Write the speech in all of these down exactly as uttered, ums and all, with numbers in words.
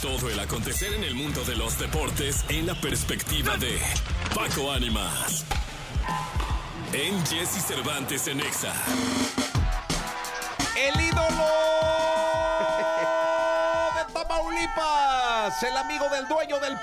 Todo el acontecer en el mundo de los deportes en la perspectiva de Paco Ánimas. En Jesse Cervantes en Exa. El ídolo de Tamaulipas, el amigo del dueño del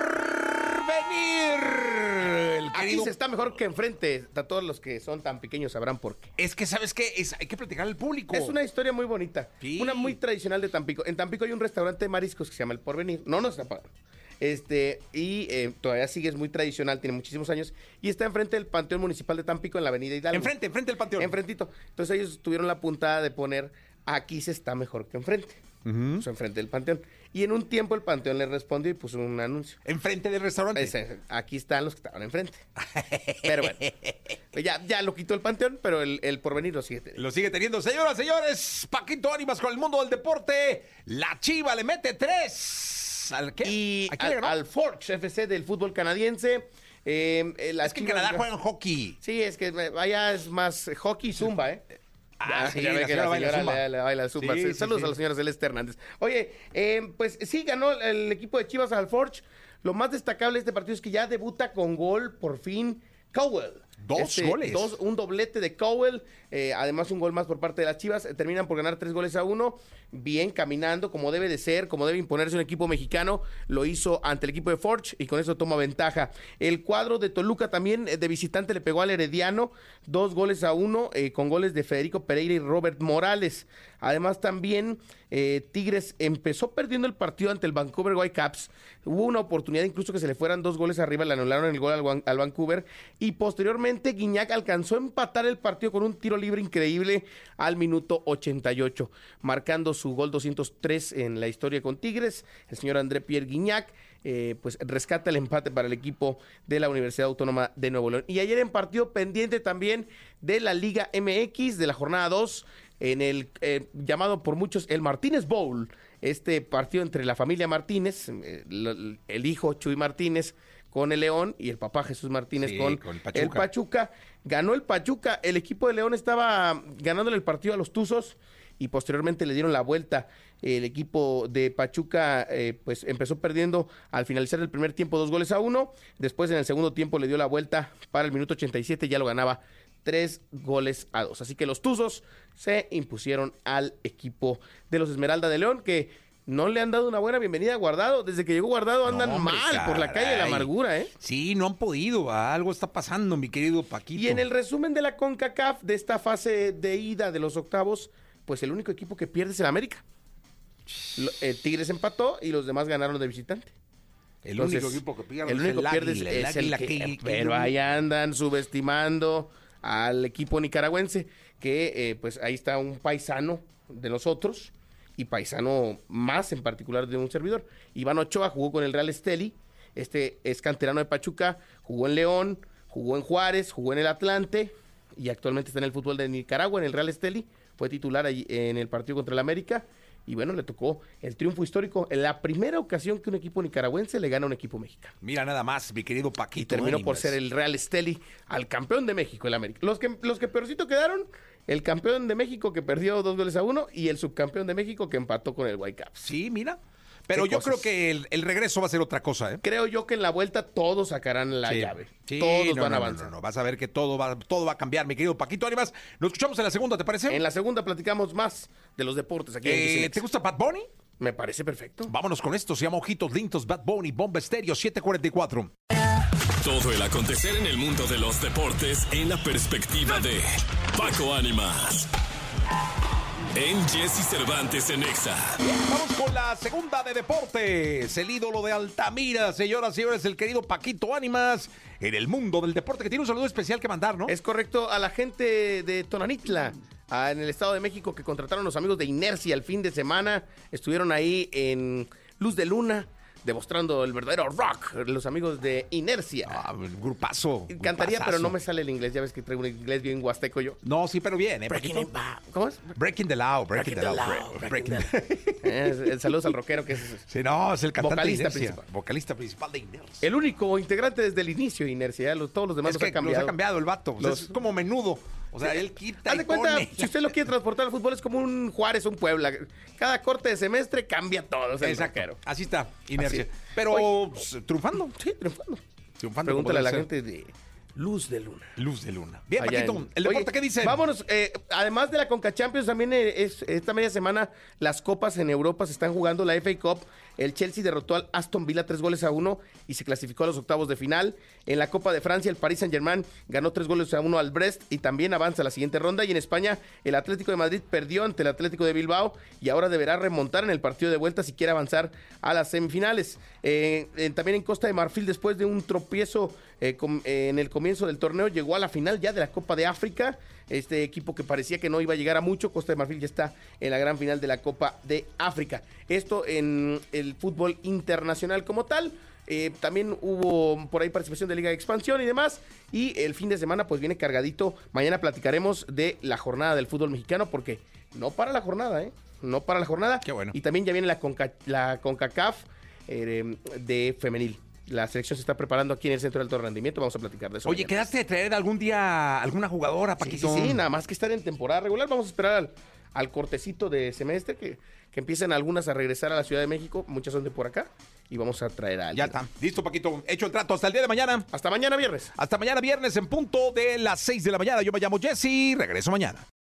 porvenir. El Aquí querido... se está mejor que enfrente. A todos los que son tan pequeños sabrán por qué. Es que, ¿sabes qué? Es, hay que platicar al público. Es una historia muy bonita. Sí. Una muy tradicional de Tampico. En Tampico hay un restaurante de mariscos que se llama El Porvenir. No nos apagaron. Este, y eh, todavía sigue, es muy tradicional, tiene muchísimos años. Y está enfrente del Panteón Municipal de Tampico, en la avenida Hidalgo. Enfrente, enfrente del panteón. Enfrentito. Entonces ellos tuvieron la puntada de poner, aquí se está mejor que enfrente. Uh-huh. O sea, enfrente del Panteón. Y en un tiempo el Panteón le respondió y puso un anuncio. Enfrente del restaurante. Ese, aquí están los que estaban enfrente. Pero bueno, pues ya, ya lo quitó el Panteón, pero el, el Porvenir lo sigue teniendo. Lo sigue teniendo. Señoras, señores, Paquito Ánimas con el mundo del deporte. La Chiva le mete tres. ¿Al qué? Y ¿A quién le al, ganó? al Forge F C del fútbol canadiense. Eh, eh, las Es que en Chivas- Canadá juegan hockey. Sí, es que eh, allá es más hockey y zumba, ¿eh? Ah, Ya- sí, ya ve la que señora baila zumba. le, le baila zumba. Sí, Sí, sí, saludos sí. a la señora Celeste Hernández. Oye, eh, pues sí, ganó el equipo de Chivas al Forge. Lo más destacable de este partido es que ya debuta con gol, por fin, Cowell. Dos goles. Dos, un doblete de Cowell, eh, además un gol más por parte de las Chivas. Eh, terminan por ganar tres goles a uno. Bien, caminando, como debe de ser, como debe imponerse un equipo mexicano. Lo hizo ante el equipo de Forge y con eso toma ventaja. El cuadro de Toluca también, eh, de visitante, le pegó al Herediano. Dos goles a uno, eh, con goles de Federico Pereira y Robert Morales. Además también eh, Tigres empezó perdiendo el partido ante el Vancouver Whitecaps. Hubo una oportunidad incluso que se le fueran dos goles arriba, le anularon el gol al, Wan- al Vancouver. Y posteriormente Guiñac alcanzó a empatar el partido con un tiro libre increíble al minuto ochenta y ocho, marcando su gol doscientos tres en la historia con Tigres. El señor André Pierre Guiñac eh, pues rescata el empate para el equipo de la Universidad Autónoma de Nuevo León. Y ayer en partido pendiente también de la Liga M X de la jornada dos, en el eh, llamado por muchos el Martínez Bowl, este partido entre la familia Martínez, eh, el, el hijo Chuy Martínez con el León y el papá Jesús Martínez Sí, con, con el Pachuca. el Pachuca. Ganó el Pachuca, el equipo de León estaba ganándole el partido a los Tuzos y posteriormente le dieron la vuelta. El equipo de Pachuca eh, pues empezó perdiendo al finalizar el primer tiempo dos goles a uno. Después en el segundo tiempo le dio la vuelta para el minuto ochenta y siete, ya lo ganaba tres goles a dos. Así que los Tuzos se impusieron al equipo de los Esmeralda de León, que no le han dado una buena bienvenida a Guardado. Desde que llegó Guardado andan No, hombre, mal por la calle de la caray. amargura, ¿eh? Sí, no han podido. Algo está pasando, mi querido Paquito. Y en el resumen de la CONCACAF, de esta fase de ida de los octavos, pues el único equipo que pierde es el América. Lo- El Tigres empató y los demás ganaron de visitante. El Entonces, único equipo que pierde el es único el que pierde es, Águila, el es el Águila que- que- pero que- ahí andan subestimando al equipo nicaragüense, que eh, pues ahí está un paisano de nosotros, y paisano más en particular de un servidor. Iván Ochoa jugó con el Real Estelí, este es canterano de Pachuca, jugó en León, jugó en Juárez, jugó en el Atlante, y actualmente está en el fútbol de Nicaragua, en el Real Estelí. Fue titular allí en el partido contra el América. Y bueno, le tocó el triunfo histórico en la primera ocasión que un equipo nicaragüense le gana a un equipo mexicano. Mira nada más, mi querido Paquito. Y terminó por Ánimas. ser el Real Estelí al campeón de México, el América. Los que, los que peorcito quedaron, el campeón de México que perdió dos goles a uno y el subcampeón de México que empató con el Whitecaps. Sí, mira. Pero Qué yo cosas. creo que el, el regreso va a ser otra cosa, ¿eh? Creo yo que en la vuelta todos sacarán la Sí. llave. Sí, todos no, van no, a no, avanzar. no, no. Vas a ver que todo va, todo va a cambiar, mi querido Paquito Ánimas. Nos escuchamos en la segunda, ¿te parece? En la segunda platicamos más de los deportes aquí en Eh, Disney. ¿Te gusta Bad Bunny? Me parece perfecto. Vámonos con esto. Se llama Ojitos Lintos, Bad Bunny, Bomba Estéreo, siete cuarenta y cuatro. Todo el acontecer en el mundo de los deportes en la perspectiva de Paco Ánimas. En Jesse Cervantes en Exa. Vamos con la segunda de deportes. El ídolo de Altamira, señoras y señores, el querido Paquito Ánimas, en el mundo del deporte, que tiene un saludo especial que mandar, ¿no? Es correcto, a la gente de Tonanitla, ah, en el Estado de México, que contrataron los amigos de Inercia el fin de semana. Estuvieron ahí en Luz de Luna, demostrando el verdadero rock, los amigos de Inercia. Ah, un grupazo. Cantaría, pero no me grupazazo. sale el inglés. Ya ves que traigo un inglés bien huasteco yo. No, sí, pero bien, ¿eh, Breaking Paquito? it back. ¿Cómo es? Breaking the law, breaking, the law. law, bre- breaking breaking- Eh, es- el saludos al rockero, que es Sí, no, es el cantante Vocalista de Inercia. principal. Vocalista principal de Inercia. el único integrante desde el inicio de Inercia. Ya los- todos los demás Es los que ha cambiado. los ha cambiado el vato. O sea, Los- es como menudo. O sea, él quita Haz y de cuenta, pone. si usted lo quiere transportar al fútbol, es como un Juárez, un Puebla. Cada corte de semestre cambia todo. O sea, Exacto. rockero. Así está, inercia. Así. Pero Oye. pues, triunfando. Sí, triunfando. Triunfando. Pregúntale a la como debe gente de Luz de Luna. ser. Luz de luna. Bien, Allá Paquito, en- ¿el deporte Oye, qué dice? Vámonos, eh, además de la Conca Champions, también eh, es, esta media semana las copas en Europa se están jugando. La F A Cup, el Chelsea derrotó al Aston Villa tres goles a uno y se clasificó a los octavos de final. En la Copa de Francia, el Paris Saint-Germain ganó tres goles a uno al Brest y también avanza a la siguiente ronda. Y en España, el Atlético de Madrid perdió ante el Atlético de Bilbao y ahora deberá remontar en el partido de vuelta si quiere avanzar a las semifinales. Eh, eh, también en Costa de Marfil, después de un tropiezo eh, com- eh, en el comienzo del torneo, llegó a la final ya de la Copa de África. Este equipo que parecía que no iba a llegar a mucho, Costa de Marfil ya está en la gran final de la Copa de África. Esto en el fútbol internacional como tal. Eh, también hubo por ahí participación de Liga de Expansión y demás. Y el fin de semana pues viene cargadito. Mañana platicaremos de la jornada del fútbol mexicano porque no para la jornada, ¿eh? No para la jornada. Qué bueno. Y también ya viene la, Conca- la CONCACAF eh, de femenil. La selección se está preparando aquí en el Centro de Alto Rendimiento. Vamos a platicar de eso. Oye, mañana. ¿quedaste de traer algún día alguna jugadora, Sí, Paquito? sí, sí, nada más que estar en temporada regular. Vamos a esperar al, al cortecito de semestre que, que empiecen algunas a regresar a la Ciudad de México. Muchas son de por acá. Y vamos a traer a Ya alguien. está. Listo, Paquito. Hecho el trato. Hasta el día de mañana. Hasta mañana viernes. Hasta mañana viernes en punto de las seis de la mañana. Yo me llamo Jesse. Regreso mañana.